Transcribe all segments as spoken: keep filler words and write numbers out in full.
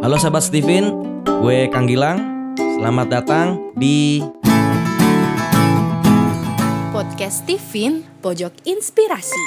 Halo sahabat Steven, gue Kang Gilang. Selamat datang di Podcast Steven, Pojok Inspirasi.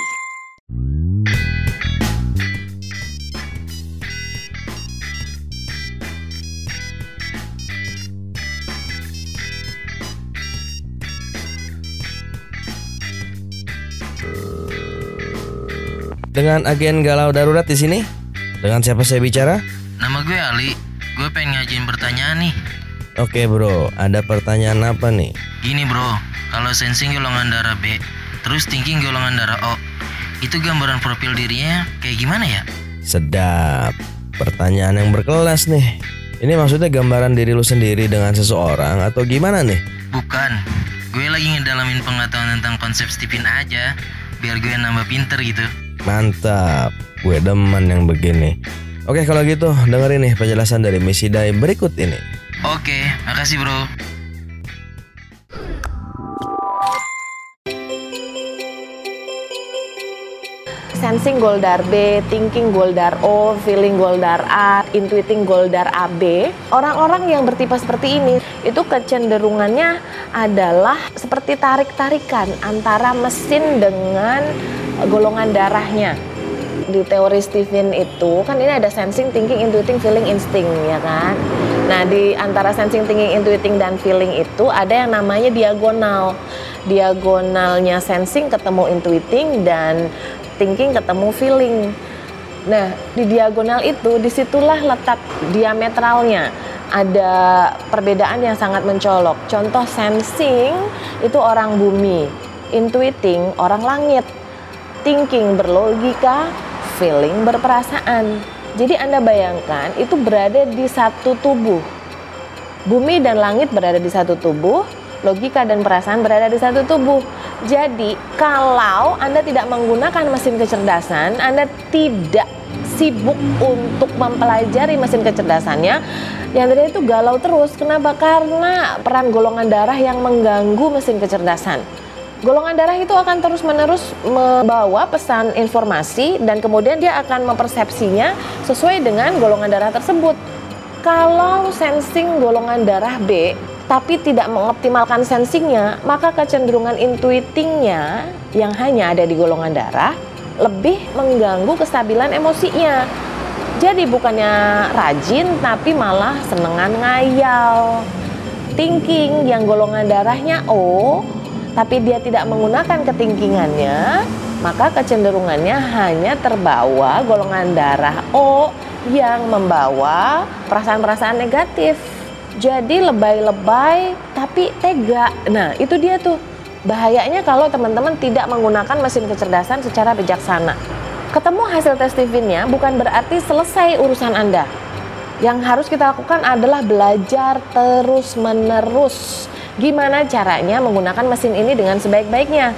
Dengan agen galau darurat di sini. Dengan siapa saya bicara? Nama gue Ali. Gue pengen ngajuin pertanyaan nih. Oke bro, ada pertanyaan apa nih? Gini bro, kalau sensing golongan darah B, terus thinking golongan darah O, itu gambaran profil dirinya kayak gimana ya? Sedap. Pertanyaan yang berkelas nih. Ini maksudnya gambaran diri lu sendiri dengan seseorang atau gimana nih? Bukan, gue lagi ngedalamin pengetahuan tentang konsep Steven aja, biar gue nambah pinter gitu. Mantap, gue demen yang begini. Oke kalau gitu, dengerin nih penjelasan dari Miss Hidai berikut ini. Oke, makasih bro. Sensing Goldar B, thinking Goldar O, feeling Goldar A, intuiting Goldar A B. Orang-orang yang bertipe seperti ini itu kecenderungannya adalah seperti tarik-tarikan antara mesin dengan golongan darahnya. Di teori Steven itu kan ini ada sensing, thinking, intuiting, feeling, instinct ya kan. Nah di antara sensing, thinking, intuiting dan feeling itu ada yang namanya diagonal. Diagonalnya sensing ketemu intuiting dan thinking ketemu feeling. Nah di diagonal itu disitulah letak diametralnya. Ada perbedaan yang sangat mencolok. Contoh sensing itu orang bumi, intuiting orang langit, thinking berlogika, feeling berperasaan. Jadi Anda bayangkan itu berada di satu tubuh. Bumi dan langit berada di satu tubuh, logika dan perasaan berada di satu tubuh. Jadi kalau Anda tidak menggunakan mesin kecerdasan, Anda tidak sibuk untuk mempelajari mesin kecerdasannya, yang tadi itu galau terus. Kenapa? Karena peran golongan darah yang mengganggu mesin kecerdasan. Golongan darah itu akan terus-menerus membawa pesan informasi dan kemudian dia akan mempersepsinya sesuai dengan golongan darah tersebut. Kalau sensing golongan darah B tapi tidak mengoptimalkan sensingnya, maka kecenderungan intuitingnya yang hanya ada di golongan darah lebih mengganggu kestabilan emosinya. Jadi bukannya rajin tapi malah senengan ngayal. Thinking yang golongan darahnya O tapi dia tidak menggunakan ketingkingannya, maka kecenderungannya hanya terbawa golongan darah O yang membawa perasaan-perasaan negatif. Jadi lebay-lebay tapi tega. Nah itu dia tuh bahayanya kalau teman-teman tidak menggunakan mesin kecerdasan secara bijaksana. Ketemu hasil tes Steven-nya bukan berarti selesai urusan Anda. Yang harus kita lakukan adalah belajar terus-menerus. Gimana caranya menggunakan mesin ini dengan sebaik-baiknya?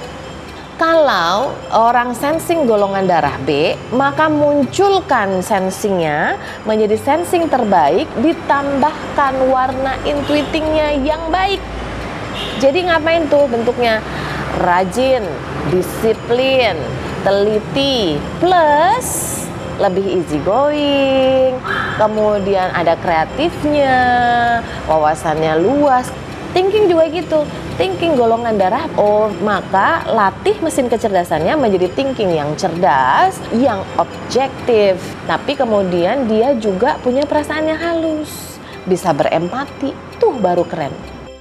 Kalau orang sensing golongan darah B, maka munculkan sensingnya menjadi sensing terbaik, ditambahkan warna intuitingnya yang baik. Jadi ngapain tuh bentuknya? Rajin, disiplin, teliti, plus lebih easy going, kemudian ada kreatifnya, wawasannya luas. Thinking juga gitu, thinking golongan darah O, maka latih mesin kecerdasannya menjadi thinking yang cerdas, yang objektif. Tapi kemudian dia juga punya perasaan yang halus, bisa berempati, tuh baru keren.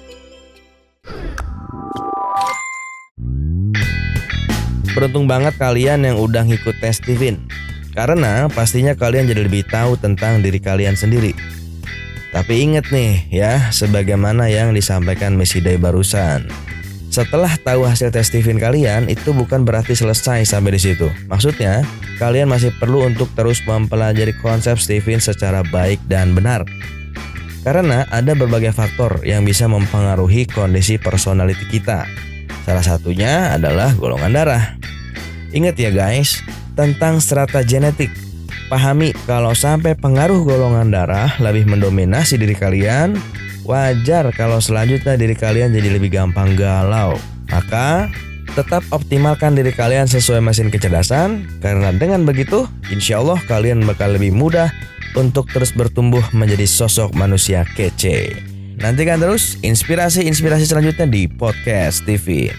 Beruntung banget kalian yang udah ngikut tes Steven, karena pastinya kalian jadi lebih tahu tentang diri kalian sendiri. Tapi inget nih ya, sebagaimana yang disampaikan Miss Hidai barusan. Setelah tahu hasil tes Steven kalian, itu bukan berarti selesai sampai di situ. Maksudnya, kalian masih perlu untuk terus mempelajari konsep Steven secara baik dan benar. Karena ada berbagai faktor yang bisa mempengaruhi kondisi personality kita. Salah satunya adalah golongan darah. Ingat ya guys, tentang strata genetik. Pahami kalau sampai pengaruh golongan darah lebih mendominasi diri kalian, wajar kalau selanjutnya diri kalian jadi lebih gampang galau. Maka tetap optimalkan diri kalian sesuai mesin kecerdasan, karena dengan begitu insya Allah kalian bakal lebih mudah untuk terus bertumbuh menjadi sosok manusia kece. Nantikan terus inspirasi-inspirasi selanjutnya di Podcast Tivin.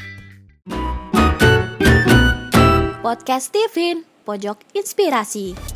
Podcast Tivin, pojok inspirasi.